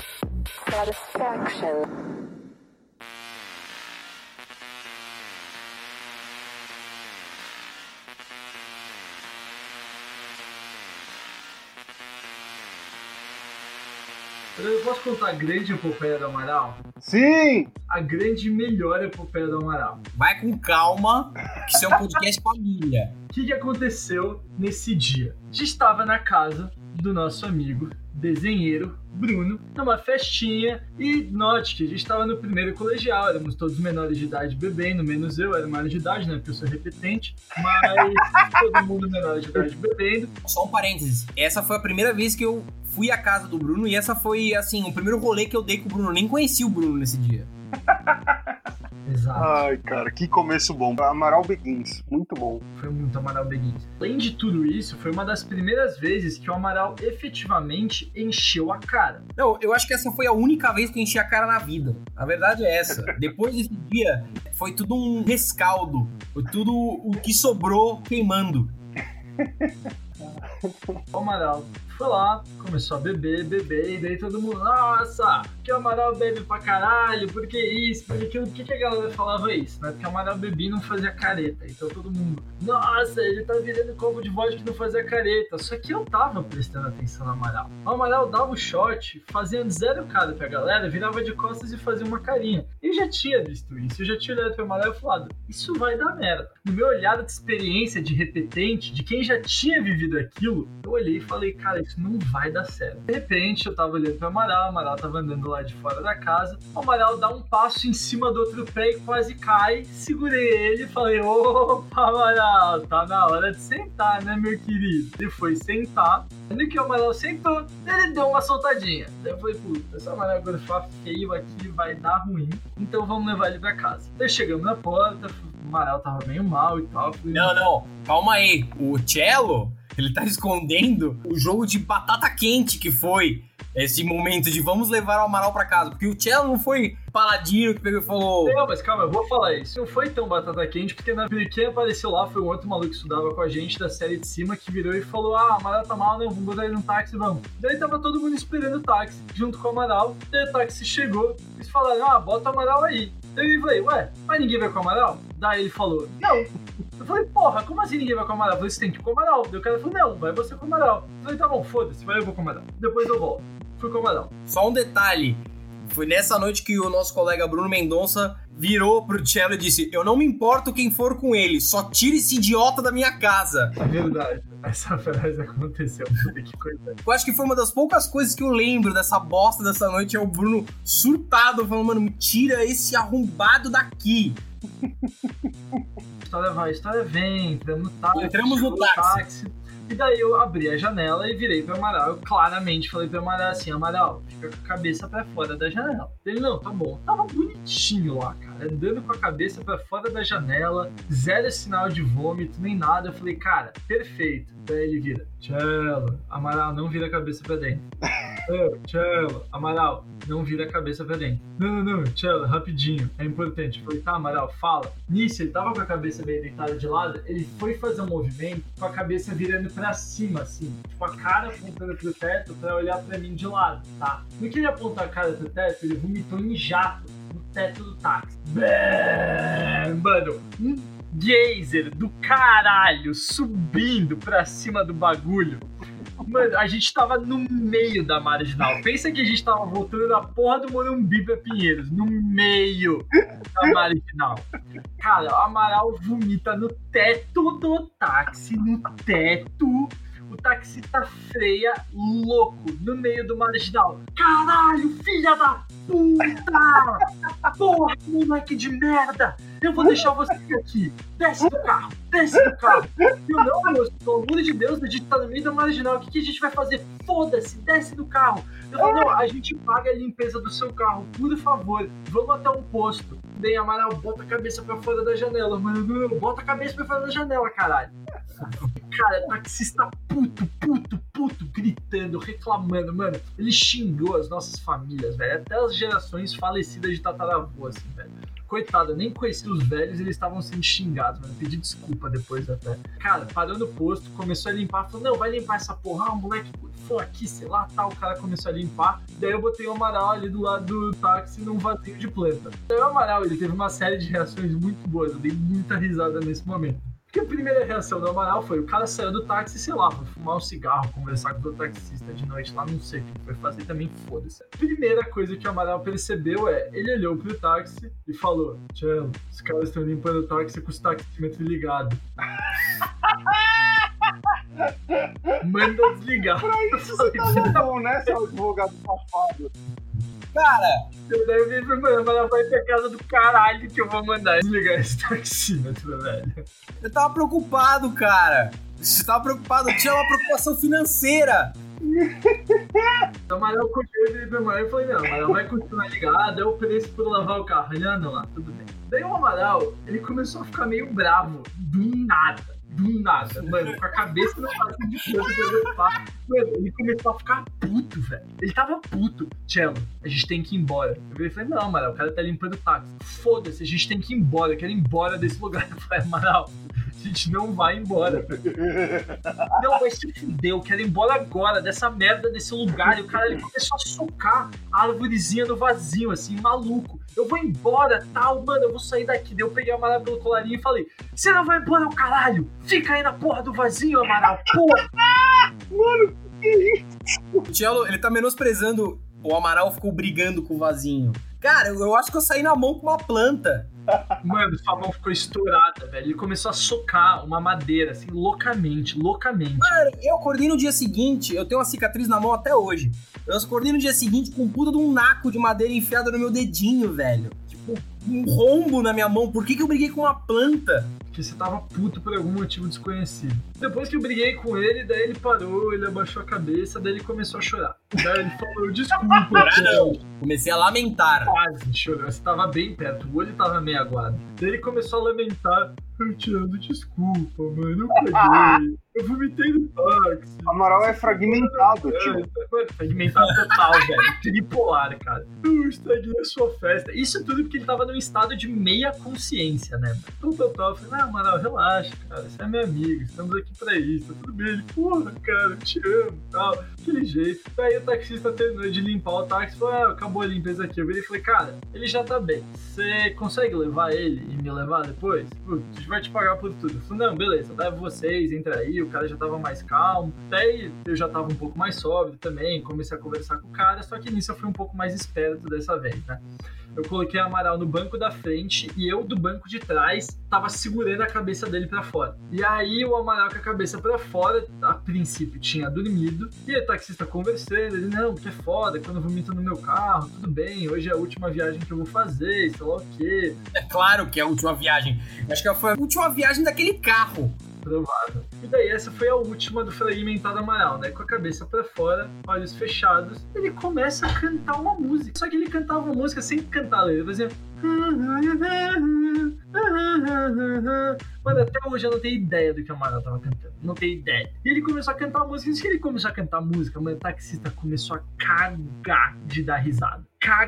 D: Eu posso contar a grande epopeia do Amaral?
B: Sim!
D: A grande e melhor epopeia do Amaral.
C: Vai com calma, que isso é um podcast família.
D: O que aconteceu nesse dia? A gente estava na casa do nosso amigo, desenheiro, Bruno, numa festinha, e note que a gente estava no primeiro colegial, éramos todos menores de idade bebendo, menos eu, era maior de idade, né, porque eu sou repetente, mas todo mundo menor de idade bebendo.
C: Só um parênteses, essa foi a primeira vez que eu fui à casa do Bruno, e essa foi, assim, o primeiro rolê que eu dei com o Bruno, eu nem conheci o Bruno nesse dia.
D: Exato.
B: Ai, cara, que começo bom. Amaral Begins, muito bom.
D: Foi muito Amaral Begins. Além de tudo isso, foi uma das primeiras vezes que o Amaral efetivamente encheu a cara.
C: Não, eu acho que essa foi a única vez que eu enchi a cara na vida. A verdade é essa. Depois desse dia, foi tudo um rescaldo. Foi tudo o que sobrou queimando.
D: O Amaral foi lá, começou a beber, e daí todo mundo, nossa, que o Amaral bebe pra caralho, por que isso, por aquilo, por que a galera falava isso, né? Porque o Amaral bebia e não fazia careta, então todo mundo, nossa, ele tá virando copo de vodka que não fazia careta, só que eu tava prestando atenção no Amaral. O Amaral dava o shot, fazendo zero cara pra galera, virava de costas e fazia uma carinha. Eu já tinha visto isso, eu já tinha olhado pro Amaral e falado, isso vai dar merda. No meu olhar de experiência, de repetente, de quem já tinha vivido aquilo, eu olhei e falei, cara, isso não vai dar certo. De repente, eu tava olhando pro Amaral, o Amaral tava andando lá de fora da casa, o Amaral dá um passo em cima do outro pé e quase cai, segurei ele e falei, opa, Amaral, tá na hora de sentar, né, meu querido? Ele foi sentar, no que o Amaral sentou, ele deu uma soltadinha. Daí eu falei, puta, esse Amaral agora ficar feio aqui vai dar ruim, então vamos levar ele pra casa. Daí chegamos na porta, o Amaral tava meio mal e tal. Falei,
C: Não, calma aí. O Cello, ele tá escondendo o jogo de batata quente que foi esse momento de vamos levar o Amaral pra casa. Porque o Cello não foi paladino que pegou e falou...
D: Não, mas calma, eu vou falar isso. Não foi tão batata quente, porque quem apareceu lá foi um outro maluco que estudava com a gente da série de cima, que virou e falou, o Amaral tá mal, não, vamos botar ele num táxi, vamos. Daí tava todo mundo esperando o táxi, junto com o Amaral. Daí o táxi chegou, eles falaram, bota o Amaral aí. Daí eu falei, ué, mas ninguém vai com o Amaral? Daí ele falou, não. Eu falei, porra, como assim ninguém vai com o Amaral? Eu falei, você tem que ir com o Amaral. Daí o cara falou, não, vai você com o Amaral. Eu falei, tá bom, foda-se, vai eu vou com o Amaral. Depois eu volto. Fui com o Amaral.
C: Só um detalhe, foi nessa noite que o nosso colega Bruno Mendonça virou pro Cello e disse, eu não me importo quem for com ele, só tira esse idiota da minha casa.
D: É verdade, essa frase aconteceu, que coisa.
C: Eu acho que foi uma das poucas coisas que eu lembro dessa bosta dessa noite, é o Bruno surtado, falando, mano, me tira esse arrombado daqui.
D: História vai, história vem,
C: entramos no táxi.
D: E daí eu abri a janela e virei pro Amaral. Eu claramente falei pro Amaral assim, Amaral, fica com a cabeça pra fora da janela. Ele, não, tá bom. Tava bonitinho lá, cara, andando com a cabeça pra fora da janela, zero sinal de vômito, nem nada. Eu falei, cara, perfeito. Daí ele vira, Cello, Amaral, não vira a cabeça pra dentro. Cello, Amaral, não vira a cabeça pra dentro. Não, Cello, rapidinho, é importante. Eu falei, tá, Amaral, fala. Nisso, ele tava com a cabeça bem deitada de lado, ele foi fazer um movimento com a cabeça virando pra cima, assim, tipo a cara apontando pro teto pra olhar pra mim de lado, tá? No que ele apontou a cara pro teto, ele vomitou em jato no teto do táxi. Mano, um geyser do caralho subindo pra cima do bagulho. Mano, a gente tava no meio da marginal. Pensa que a gente tava voltando na porra do Morumbi pra Pinheiros, no meio da marginal. Cara, o Amaral vomita no teto do táxi, no teto. O taxista freia louco no meio do marginal. Caralho, filha da puta! Porra, moleque de merda! Eu vou deixar você aqui. Desce do carro, desce do carro. Eu não, moço, pelo amor de Deus, a gente tá no meio da marginal. O que a gente vai fazer? Foda-se, desce do carro. Eu falei, não, a gente paga a limpeza do seu carro, por favor. Vamos até um posto. Daí, Amaral, bota a cabeça pra fora da janela. Mano, bota a cabeça pra fora da janela, caralho. Cara, taxista puto, gritando, reclamando, mano. Ele xingou as nossas famílias, velho. Até as gerações falecidas de tataravô, assim, velho. Coitado, eu nem conheci os velhos, eles estavam sendo xingados, mano. Pedi desculpa depois até. Cara, parou no posto, começou a limpar, falou, não, vai limpar essa porra. O moleque foi aqui, sei lá, tal. O cara começou a limpar. Daí eu botei o Amaral ali do lado do táxi num vazio de planta. Daí o Amaral, ele teve uma série de reações muito boas. Eu dei muita risada nesse momento. Porque a primeira reação do Amaral foi, o cara saiu do táxi, sei lá, foi fumar um cigarro, conversar com o taxista de noite lá, não sei o que foi fazer, também foda-se. A primeira coisa que o Amaral percebeu ele olhou pro táxi e falou, Cello, os caras estão limpando o táxi com os taxímetros ligados. Manda desligar.
B: Pra isso você tá bom, né, seu advogado safado?
C: Cara,
D: eu deve vir, mano, mas vai pra casa do caralho que eu vou mandar desligar esse taxímetro, velho.
C: eu tava preocupado, cara. Você tava preocupado, tinha uma preocupação financeira.
D: O Amaral continuou, eu falei, não, o Amaral vai continuar ligado, é o preço por lavar o carro. Ele, não, lá, tudo bem. Daí o Amaral, ele começou a ficar meio bravo, do nada, mano, com a cabeça no fazendo de coisa, mano, ele começou a ficar puto, velho. Ele tava puto. Cello, a gente tem que ir embora. Eu falei, não, Amaral, o cara tá limpando o táxi. Foda-se, a gente tem que ir embora, eu quero ir embora desse lugar. Eu falei, Amaral, A gente não vai embora. Não, vai se fuder, eu quero ir embora agora dessa merda, desse lugar. E o cara, ele começou a socar a árvorezinha do vasinho, assim, maluco. Eu vou embora, tal, mano, eu vou sair daqui. Daí eu peguei o Amaral pelo colarinho e falei, você não vai embora, o caralho? Fica aí na porra do vasinho, Amaral, porra.
B: Mano, que isso?
C: O Cello, ele tá menosprezando. O Amaral ficou brigando com o vasinho. Cara, eu acho que eu saí na mão com uma planta.
D: Mano, sua mão ficou estourada, velho. Ele começou a socar uma madeira, assim, loucamente.
C: Mano, eu acordei no dia seguinte, eu tenho uma cicatriz na mão até hoje. Eu acordei no dia seguinte com um puta de um naco de madeira enfiado no meu dedinho, velho. Tipo, um rombo na minha mão. Por que eu briguei com uma planta?
D: Porque você tava puto por algum motivo desconhecido. Depois que eu briguei com ele, daí ele parou, ele abaixou a cabeça, daí ele começou a chorar. Daí ele falou, desculpa.
C: Não. Comecei a lamentar.
D: Quase chorou, você tava bem perto, o olho tava meio aguado. Daí ele começou a lamentar. Eu te amo, desculpa, mano, eu peguei. Eu vomitei no táxi.
B: Amaral é fragmentado, tio.
D: Mano, fragmentado total, velho. Tripolar, cara. Eu estraguei a sua festa. Isso tudo porque ele tava num estado de meia consciência, né? Então, eu falei, Amaral, relaxa, cara. Você é meu amigo, estamos aqui pra isso, tá tudo bem. Ele, porra, cara, eu te amo e tal. Aquele jeito. Daí o taxista terminou de limpar o táxi e falou, acabou a limpeza aqui. Eu virei e falei, cara, ele já tá bem. Você consegue levar ele e me levar depois? Putz, a gente vai te pagar por tudo. Eu falei, não, beleza, leva vocês, entra aí. O cara já tava mais calmo. Daí eu já tava um pouco mais sóbrio também. Comecei a conversar com o cara, só que nisso eu fui um pouco mais esperto dessa vez, né? Eu coloquei o Amaral no banco da frente e eu do banco de trás tava segurando a cabeça dele pra fora. E aí o Amaral com a cabeça pra fora, a princípio tinha dormido, e o taxista conversando, ele, não, porque é foda, quando eu vomito no meu carro, tudo bem, hoje é a última viagem que eu vou fazer, sei lá o quê.
C: É claro que é a última viagem. Acho que foi a última viagem daquele carro.
D: Provável. E daí essa foi a última do fragmentado Amaral, né? Com a cabeça pra fora, olhos fechados, ele começa a cantar uma música. Só que ele cantava uma música sem cantar a letra, ele fazia... Mano, até hoje eu não tenho ideia do que o Amaral tava cantando. Não tenho ideia. E ele começou a cantar a música. E que ele começou a cantar a música, mano, o taxista começou a cagar de dar risada.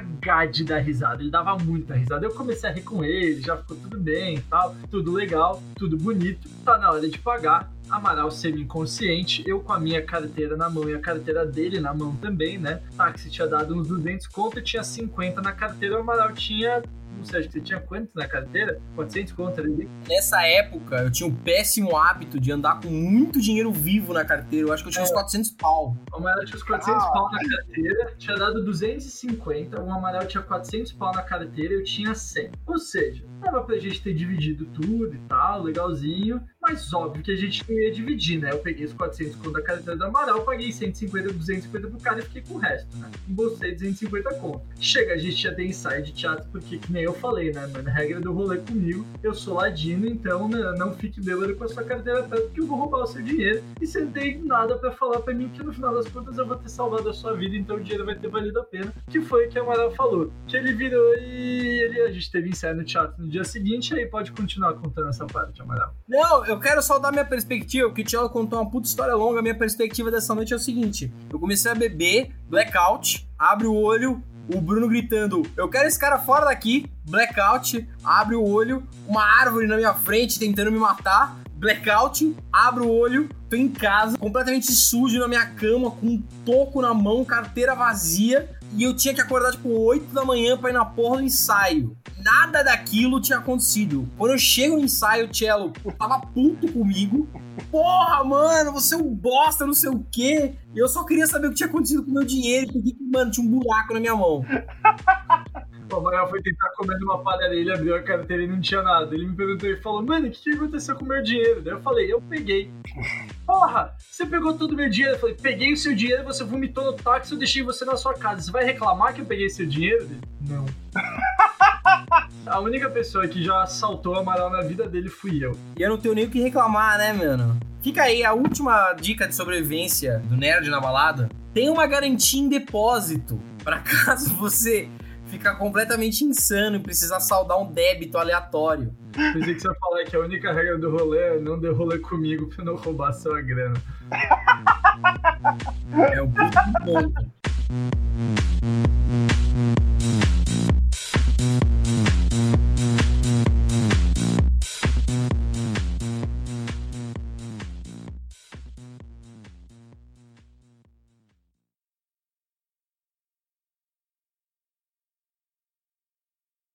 D: Ele dava muita risada. Eu comecei a rir com ele, já ficou tudo bem e tal. Tudo legal, tudo bonito. Tá na hora de pagar. Amaral semi-inconsciente, eu com a minha carteira na mão e a carteira dele na mão também, né? O táxi tinha dado uns 200 conto, eu tinha 50 na carteira, o Amaral tinha... Não sei, acho que você tinha quantos na carteira? 400 conto ali.
C: Nessa época, eu tinha um péssimo hábito de andar com muito dinheiro vivo na carteira. Eu acho que eu tinha uns 400 pau.
D: O Amaral tinha uns 400 pau na carteira, tinha dado 250, o Amaral tinha 400 pau na carteira, eu tinha 100. Ou seja, dava pra gente ter dividido tudo e tal, legalzinho, mas óbvio que a gente não ia dividir, né? Eu peguei os 400 conto da carteira do Amaral, paguei 150, 250 pro cara e fiquei com o resto, né? Embolsei 250 conto. Chega, a gente já tem ensaio de teatro, porque que nem eu falei, né, mano? Regra do rolê comigo, eu sou ladino, então né, não fique bêbado com a sua carteira perto, que eu vou roubar o seu dinheiro. E você não tem nada pra falar pra mim que no final das contas eu vou ter salvado a sua vida, então o dinheiro vai ter valido a pena. Que foi o que o Amaral falou. Que ele virou e a gente teve ensaio no teatro no dia seguinte, aí pode continuar contando essa parte, Amaral.
C: Não, eu quero só dar minha perspectiva, porque o Thiago contou uma puta história longa. A minha perspectiva dessa noite é o seguinte: eu comecei a beber, blackout, abre o olho, o Bruno gritando, eu quero esse cara fora daqui, blackout, abre o olho, uma árvore na minha frente tentando me matar, blackout, abre o olho, tô em casa, completamente sujo na minha cama, com um toco na mão, carteira vazia, e eu tinha que acordar tipo 8 da manhã pra ir na porra do ensaio. Nada daquilo tinha acontecido. Quando eu chego no ensaio, o Cello tava puto comigo. Porra, mano, você é um bosta, não sei o quê. E eu só queria saber o que tinha acontecido com o meu dinheiro. Porque, mano, tinha um buraco na minha mão.
D: O Amaral foi tentar comer numa palha dele, abriu a carteira e não tinha nada. Ele me perguntou e falou, mano, o que aconteceu com o meu dinheiro? Daí eu falei, eu peguei. Porra, você pegou todo o meu dinheiro? Eu falei, peguei o seu dinheiro, você vomitou no táxi, eu deixei você na sua casa. Você vai reclamar que eu peguei seu dinheiro? Dele? Não. A única pessoa que já assaltou o Amaral na vida dele fui eu.
C: E eu não tenho nem o que reclamar, né, mano? Fica aí, a última dica de sobrevivência do Nerd na Balada. Tem uma garantia em depósito, pra caso você ficar completamente insano e precisar saldar um débito aleatório.
D: Pensei que você ia falar que a única regra do rolê é não dê rolê comigo pra não roubar sua grana.
C: É o ponto.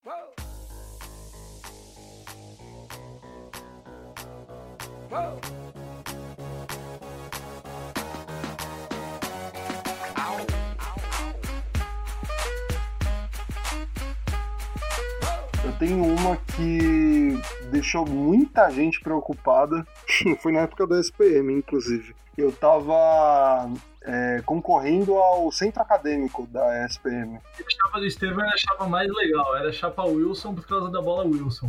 B: Eu tenho uma que deixou muita gente preocupada, foi na época da SPM, inclusive. Eu tava concorrendo ao centro acadêmico da SPM.
D: A chapa do Estevam era a chapa mais legal, era a chapa Wilson por causa da bola Wilson.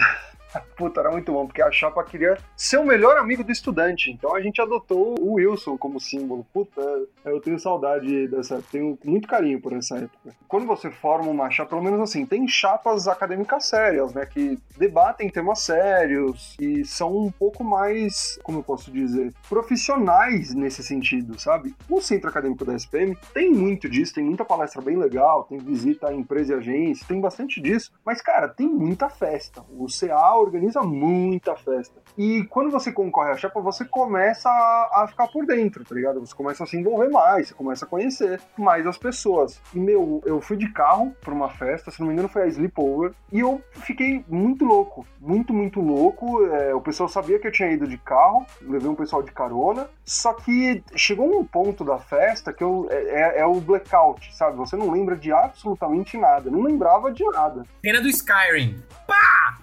B: Puta, era muito bom, porque a chapa queria ser o melhor amigo do estudante. Então a gente adotou o Wilson como símbolo. Puta, eu tenho saudade dessa época, tenho muito carinho por essa época. Quando você forma uma chapa, pelo menos assim, tem chapas acadêmicas sérias, né, que debatem temas sérios e são um pouco mais, como eu posso dizer, profissionais nesse sentido, sabe? O centro acadêmico da SPM tem muito disso, tem muita palestra bem legal, tem visita a empresa e agência, tem bastante disso, mas, cara, tem muita festa. O CA organiza muita festa. E quando você concorre à chapa, você começa a ficar por dentro, tá ligado? Você começa a se envolver mais, você começa a conhecer mais as pessoas. E, eu fui de carro pra uma festa, se não me engano foi a Sleepover, e eu fiquei muito louco, muito louco. O pessoal sabia que eu tinha ido de carro, levei um pessoal de carona, só que chegou um ponto da festa que é o blackout, sabe? Você não lembra de absolutamente nada, não lembrava de nada.
C: Cena do Skyrim. Pá!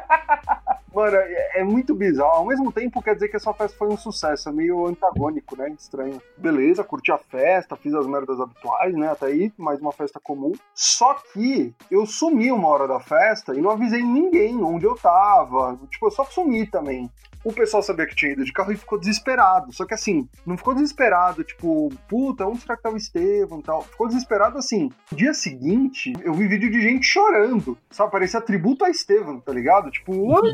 B: Mano, é muito bizarro. Ao mesmo tempo, quer dizer que essa festa foi um sucesso. É meio antagônico, né? Estranho. Beleza, curti a festa, fiz as merdas habituais, né? Até aí, mais uma festa comum. Só que eu sumi uma hora da festa e não avisei ninguém onde eu tava. Tipo, eu só sumi também. O pessoal sabia que tinha ido de carro e ficou desesperado. Só que assim, não ficou desesperado, tipo, puta, onde será que tava o Estevam e tal? Ficou desesperado assim. No dia seguinte, eu vi vídeo de gente chorando. Sabe, parecia tributo a Estevam, tá ligado? Tipo,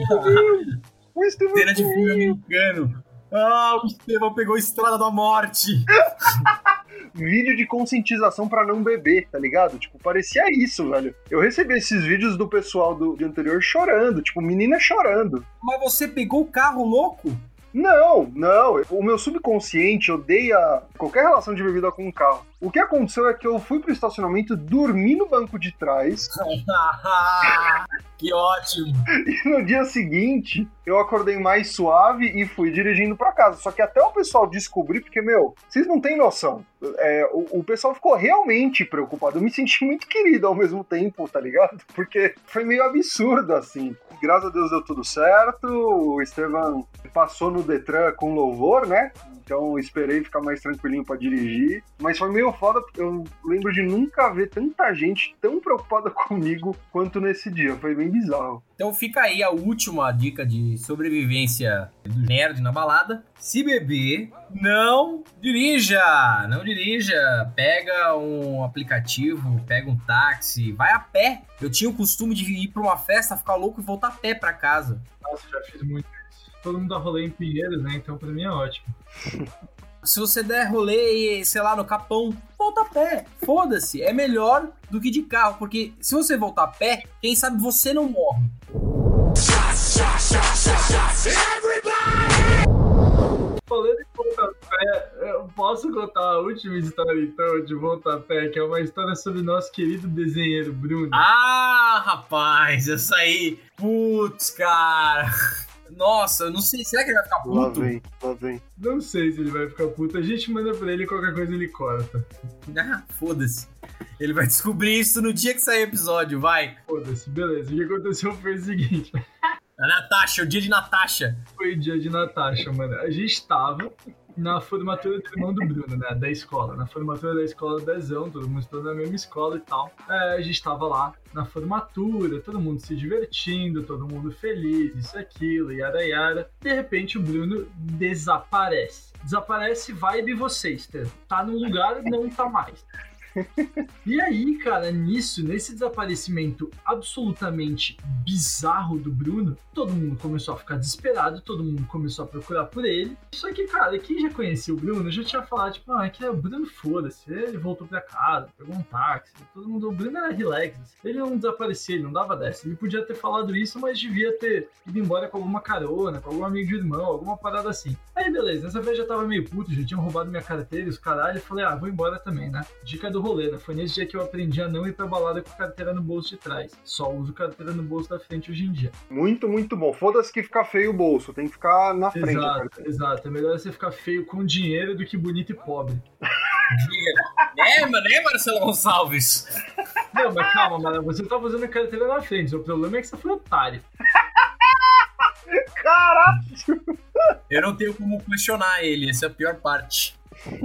B: o Estevam.
C: Cena de filme americano. Ah, o Estevam pegou a estrada da morte.
B: Vídeo de conscientização pra não beber, tá ligado? Tipo, parecia isso, velho. Eu recebi esses vídeos do pessoal do dia anterior chorando, tipo, menina chorando.
C: Mas você pegou o carro louco?
B: Não. O meu subconsciente odeia qualquer relação de bebida com o carro. O que aconteceu é que eu fui pro estacionamento, dormi no banco de trás.
C: Que ótimo.
B: E no dia seguinte, eu acordei mais suave e fui dirigindo pra casa. Só que até o pessoal descobrir, porque, vocês não têm noção. O pessoal ficou realmente preocupado. Eu me senti muito querido ao mesmo tempo, tá ligado? Porque foi meio absurdo, assim. Graças a Deus deu tudo certo. O Estevam passou no Detran com louvor, né? Então esperei ficar mais tranquilinho pra dirigir. Mas foi meio foda, porque eu lembro de nunca ver tanta gente tão preocupada comigo quanto nesse dia. Foi bem bizarro.
C: Então fica aí a última dica de sobrevivência do nerd na balada. Se beber, não dirija! Não dirija. Pega um aplicativo, pega um táxi, vai a pé. Eu tinha o costume de ir pra uma festa, ficar louco e voltar a pé pra casa.
D: Nossa, já fiz muito isso. Todo mundo dá rolê em Pinheiros, né? Então pra mim é ótimo.
C: Se você der rolê, sei lá, no Capão, volta a pé. Foda-se. É melhor do que de carro, porque se você voltar a pé, quem sabe você não morre.
D: Falando em pontapé, eu posso contar a última história, então, de pontapé, que é uma história sobre o nosso querido desenheiro, Bruno.
C: Ah, rapaz, essa aí. Putz, cara. Nossa, eu não sei, será que ele vai ficar puto?
B: Lá vem.
D: Não sei se ele vai ficar puto, a gente manda pra ele, qualquer coisa ele corta.
C: Ah, foda-se. Ele vai descobrir isso no dia que sair o episódio, vai.
D: Foda-se, beleza. O que aconteceu foi o seguinte...
C: A Natasha, o dia de Natasha.
D: Foi o dia de Natasha, mano. A gente tava na formatura do irmão do Bruno, né, da escola. Na formatura da escola Dezão, todo mundo estudando na mesma escola e tal. A gente tava lá na formatura, todo mundo se divertindo, todo mundo feliz, isso, aquilo, yara, yara. De repente o Bruno desaparece. Desaparece vibe vocês, tá num lugar, não tá mais. E aí, cara, nesse desaparecimento absolutamente bizarro do Bruno, todo mundo começou a ficar desesperado, todo mundo começou a procurar por ele. Só que, cara, quem já conhecia o Bruno já tinha falado, tipo, é que o Bruno foda-se, ele voltou pra casa, pegou um táxi, todo mundo, o Bruno era relax, ele não desaparecia, ele não dava dessa. Ele podia ter falado isso, mas devia ter ido embora com alguma carona, com algum amigo de irmão, alguma parada assim. Aí, beleza, nessa vez já tava meio puto, já tinham roubado minha carteira e os caralho, eu falei, vou embora também, né? Dica do rolê, né? Foi nesse dia que eu aprendi a não ir pra balada com carteira no bolso de trás. Só uso carteira no bolso da frente hoje em dia.
B: Muito, muito bom. Foda-se que fica feio o bolso, tem que ficar na frente.
D: Exato. É melhor você ficar feio com dinheiro do que bonito e pobre.
C: Né, Marcelo Gonçalves?
D: Não, mas calma, mano. Você tava usando a carteira na frente. O problema é que você foi otário.
B: Caralho!
C: Eu não tenho como questionar ele, essa é a pior parte.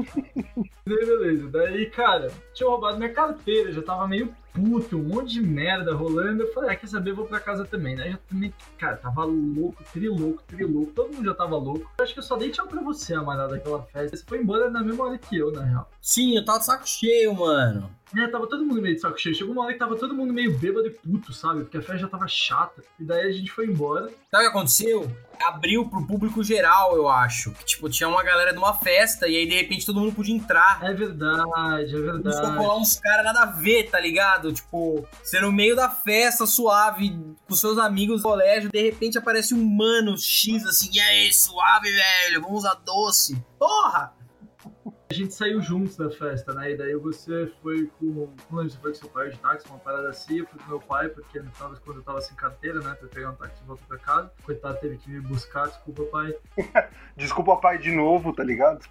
D: Beleza. Daí, cara, tinha roubado minha carteira, já tava meio puto, um monte de merda rolando. Eu falei, quer saber, eu vou pra casa também, né? Já também, cara, tava louco, trilouco. Todo mundo já tava louco. Eu acho que eu só dei tchau pra você, amarada, daquela festa. Você foi embora na mesma hora que eu, na real.
C: Sim, eu tava de saco cheio, mano.
D: Tava todo mundo meio de saco cheio. Chegou uma hora que tava todo mundo meio bêbado e puto, sabe? Porque a festa já tava chata. E daí a gente foi embora.
C: Sabe o que aconteceu? Abriu pro público geral, eu acho. Tipo, tinha uma galera numa festa e aí, de repente, todo mundo podia entrar.
D: É verdade.
C: Começou a colar uns caras nada a ver, tá ligado? Tipo, você no meio da festa, suave, com seus amigos do colégio, de repente aparece um mano X assim, e aí, suave, velho, vamos usar doce. Porra!
D: A gente saiu juntos da festa, né? E daí você foi com... Não lembro se foi com seu pai de táxi, uma parada assim. Eu fui com meu pai, porque no final das contas eu tava sem carteira, né? Pra pegar um táxi e voltar pra casa. Coitado, teve que me buscar, desculpa, pai.
B: Desculpa, pai, de novo, tá ligado?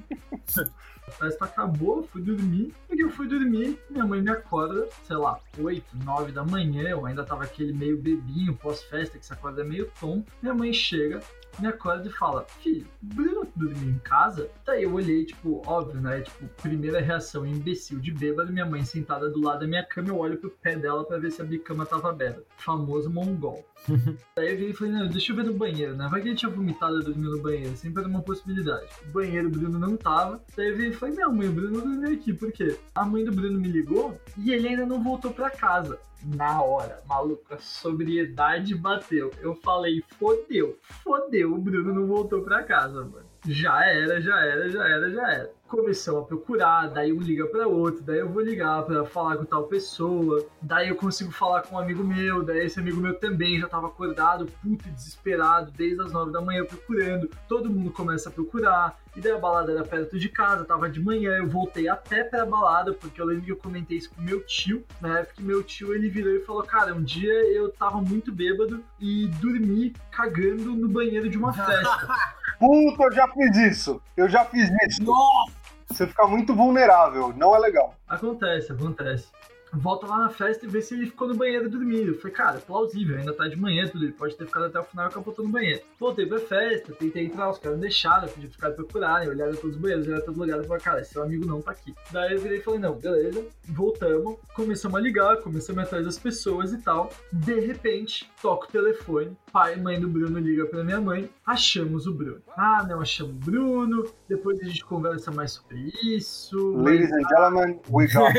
D: A festa acabou, fui dormir. Porque eu fui dormir, minha mãe me acorda, sei lá, 8, 9 da manhã. Eu ainda tava aquele meio bebinho pós-festa, que se acorda meio tonto. Minha mãe chega, me acorda e fala, filho, Bruno dormiu em casa? Daí eu olhei, tipo, óbvio, né? Tipo, primeira reação, imbecil de bêbado, minha mãe sentada do lado da minha cama, eu olho pro pé dela pra ver se a bicama tava aberta. Famoso mongol. Daí eu virei e falei, não, deixa eu ver no banheiro, né? Vai que ele tinha vomitado e dormiu no banheiro, sempre era uma possibilidade. O banheiro, o Bruno não tava. Daí eu virei e falei, não, mãe, o Bruno dormiu aqui, por quê? A mãe do Bruno me ligou e ele ainda não voltou pra casa. Na hora, maluco, a sobriedade bateu. Eu falei, fodeu, o Bruno não voltou pra casa, mano. Já era. Começou a procurar, daí um liga pra outro, daí eu vou ligar pra falar com tal pessoa, daí eu consigo falar com um amigo meu, daí esse amigo meu também já tava acordado, puto e desesperado, desde as 9 da manhã procurando, todo mundo começa a procurar, e daí a balada era perto de casa, tava de manhã, eu voltei até pra balada, porque eu lembro que eu comentei isso com meu tio, na época que meu tio ele virou e falou, cara, um dia eu tava muito bêbado e dormi cagando no banheiro de uma festa.
B: Puta, eu já fiz isso.
C: Nossa!
B: Você fica muito vulnerável, não é legal.
D: Acontece. Volta lá na festa e vê se ele ficou no banheiro dormindo. Eu falei, cara, plausível, ainda tá de manhã, tudo. Ele pode ter ficado até o final e acabou no banheiro. Voltei pra festa, tentei entrar, os caras não deixaram, eu pedi pros caras procurarem, olharam todos os banheiros, olharam todo lugar e falaram, cara, seu amigo não tá aqui. Daí eu virei e falei, não, beleza, voltamos, começamos a ligar, começamos a ir atrás das pessoas e tal. De repente, toca o telefone, pai e mãe do Bruno liga pra minha mãe, achamos o Bruno. Ah, não achamos o Bruno, depois a gente conversa mais sobre isso.
B: Ladies and gentlemen, we got.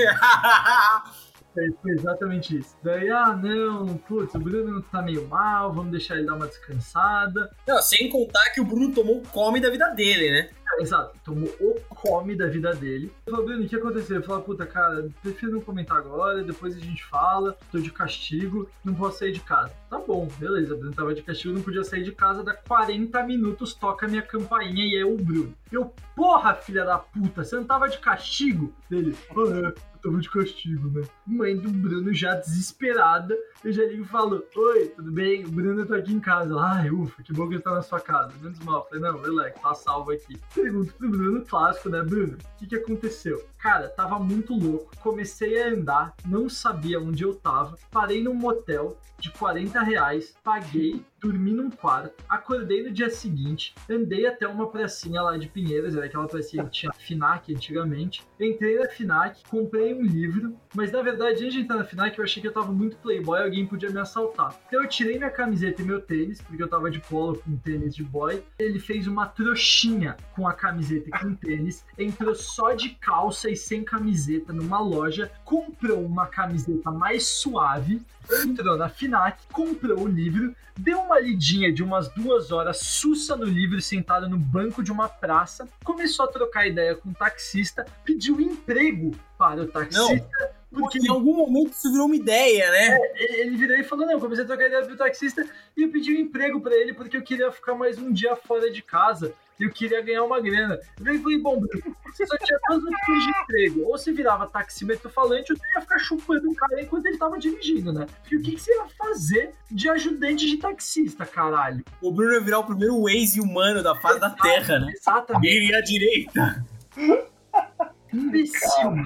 D: Foi exatamente isso. Daí, não, putz, o Bruno tá meio mal, vamos deixar ele dar uma descansada.
C: Não, sem contar que o Bruno tomou o come da vida dele, né?
D: Exato, tomou o come da vida dele. Eu falei, Bruno, o que aconteceu? Eu falei, puta, cara, prefiro não comentar agora, depois a gente fala, tô de castigo, não posso sair de casa. Tá bom, beleza, o Bruno tava de castigo, não podia sair de casa, dá 40 minutos, toca a minha campainha e é o Bruno. Eu, porra, filha da puta, você não tava de castigo? Ele, eu tava de castigo, né? Mãe do Bruno já desesperada, eu já ligo e falo, oi, tudo bem? O Bruno tá aqui em casa. Ai, ufa, que bom que ele tá na sua casa. Menos mal. Eu falei, não, relaxa, tá salvo aqui. Pergunto pro Bruno, clássico, né, Bruno? O que aconteceu? Cara, tava muito louco. Comecei a andar, não sabia onde eu tava. Parei num motel de R$40, paguei, dormi num quarto, acordei no dia seguinte, andei até uma pracinha lá de Pinheiros, era aquela pracinha que tinha FINAC antigamente. Entrei na FINAC, comprei um livro, mas na verdade, antes de entrar na FINAC, eu achei que eu tava muito playboy e alguém podia me assaltar. Então eu tirei minha camiseta e meu tênis, porque eu tava de polo com tênis de boy. Ele fez uma trouxinha com a camiseta e com o tênis, entrou só de calça e sem camiseta numa loja, comprou uma camiseta mais suave, entrou na FINAC, comprou o livro, deu uma lidinha de umas 2 horas sussa no livro, sentado no banco de uma praça, começou a trocar ideia com o taxista, pediu emprego para o taxista. Porque
C: em algum momento isso virou uma ideia, né?
D: ele virou e falou, não, eu comecei a trocar ideia pro taxista e eu pedi um emprego pra ele porque eu queria ficar mais um dia fora de casa e eu queria ganhar uma grana. Eu falei, bom, Bruno, você só tinha 2 opções de emprego. Ou você virava taxímetro falante ou você ia ficar chupando o cara enquanto ele tava dirigindo, né? E o que você ia fazer de ajudante de taxista, caralho?
C: O Bruno ia virar o primeiro Waze humano da face da Terra, né?
D: Exatamente.
C: Vire à direita.
D: Imbecil, mano.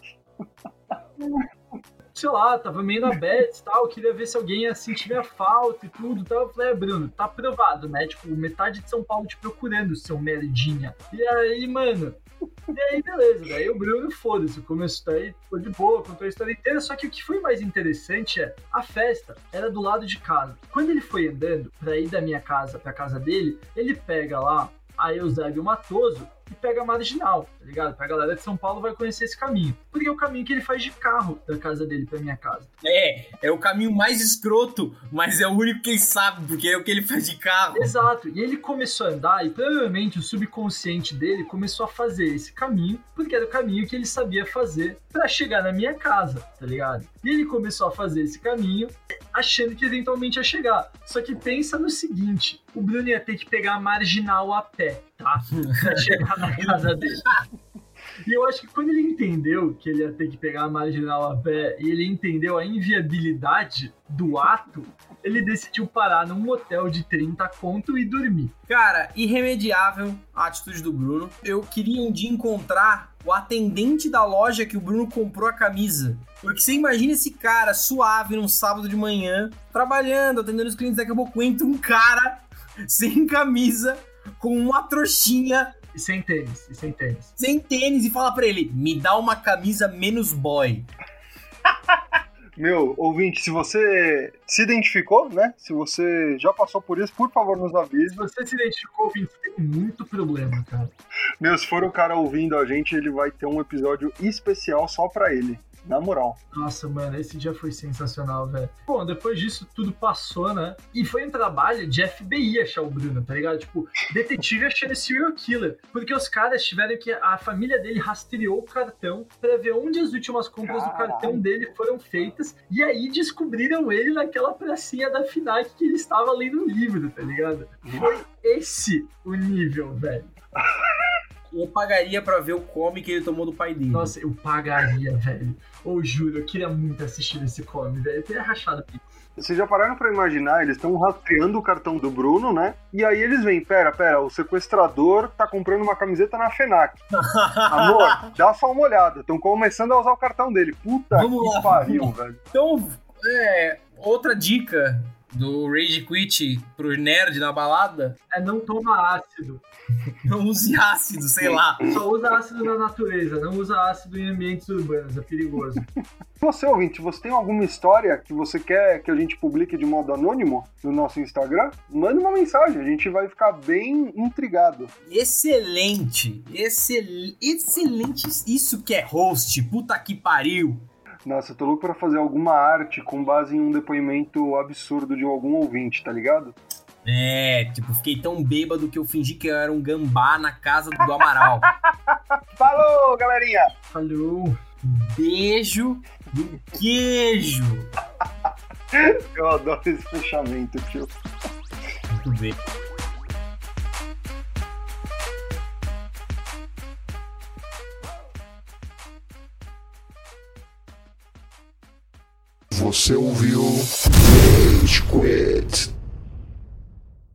D: Sei lá, tava meio na bad e tal, queria ver se alguém ia sentir minha falta e tudo. Então eu falei, Bruno, tá aprovado, né? Tipo, metade de São Paulo te procurando, seu merdinha. E aí, mano, beleza. Daí o Bruno, foda-se, começou aí, foi de boa, contou a história inteira. Só que o que foi mais interessante a festa era do lado de casa. Quando ele foi andando pra ir da minha casa pra casa dele, ele pega lá a Eusébio Matoso e pega a Marginal, tá ligado? Pra galera de São Paulo vai conhecer esse caminho. Porque é o caminho que ele faz de carro da casa dele pra minha casa.
C: É o caminho mais escroto, mas é o único que ele sabe, porque é o que ele faz de carro.
D: Exato, e ele começou a andar e provavelmente o subconsciente dele começou a fazer esse caminho, porque era o caminho que ele sabia fazer pra chegar na minha casa, tá ligado? E ele começou a fazer esse caminho achando que eventualmente ia chegar. Só que pensa no seguinte, o Bruno ia ter que pegar a Marginal a pé, tá? Pra chegar na casa dele. E eu acho que quando ele entendeu que ele ia ter que pegar a Marginal a pé e ele entendeu a inviabilidade do ato, ele decidiu parar num motel de 30 conto e dormir.
C: Cara, irremediável a atitude do Bruno. Eu queria um dia encontrar o atendente da loja que o Bruno comprou a camisa. Porque você imagina esse cara suave num sábado de manhã, trabalhando, atendendo os clientes, daqui a pouco entra um cara sem camisa, com uma trouxinha...
D: E sem tênis.
C: Sem tênis e fala pra ele, me dá uma camisa menos boy.
B: Meu, ouvinte, se você se identificou, né? Se você já passou por isso, por favor, nos avise.
D: Se você se identificou, ouvinte, tem muito problema, cara.
B: Meu, se for o cara ouvindo a gente, ele vai ter um episódio especial só pra ele. Na moral.
D: Nossa, mano, esse dia foi sensacional, velho. Bom, depois disso tudo passou, né? E foi um trabalho de FBI achar o Bruno, tá ligado? Tipo, detetive achando esse serial killer. Porque os caras tiveram que... A família dele rastreou o cartão pra ver onde as últimas compras do cartão dele foram feitas. E aí descobriram ele naquela pracinha da FNAC que ele estava lendo um livro, tá ligado? Foi esse o nível, velho.
C: Eu pagaria pra ver o come que ele tomou do pai dele.
D: Nossa, eu pagaria, velho. Ou juro, eu queria muito assistir esse come, velho. Eu teria rachado aqui.
B: Vocês já pararam pra imaginar? Eles estão rastreando o cartão do Bruno, né? E aí eles veem, pera, o sequestrador tá comprando uma camiseta na FNAC. Amor, dá só uma olhada. Estão começando a usar o cartão dele. Puta que pariu, velho.
C: Então, outra dica do Rage Quit pro nerd na balada...
D: É não toma ácido.
C: Não use ácido, sei lá.
D: Só usa ácido na natureza, não usa ácido em ambientes urbanos, é perigoso.
B: Você, ouvinte, você tem alguma história que você quer que a gente publique de modo anônimo no nosso Instagram? Manda uma mensagem, a gente vai ficar bem intrigado.
C: Excelente, isso que é host, puta que pariu.
B: Nossa, eu tô louco pra fazer alguma arte com base em um depoimento absurdo de algum ouvinte, tá ligado?
C: Tipo, fiquei tão bêbado que eu fingi que eu era um gambá na casa do Amaral.
B: Falou, galerinha!
D: Falou!
C: Beijo do queijo!
B: Eu adoro esse fechamento, tio.
C: Muito bem.
F: Você ouviu Rage Quit.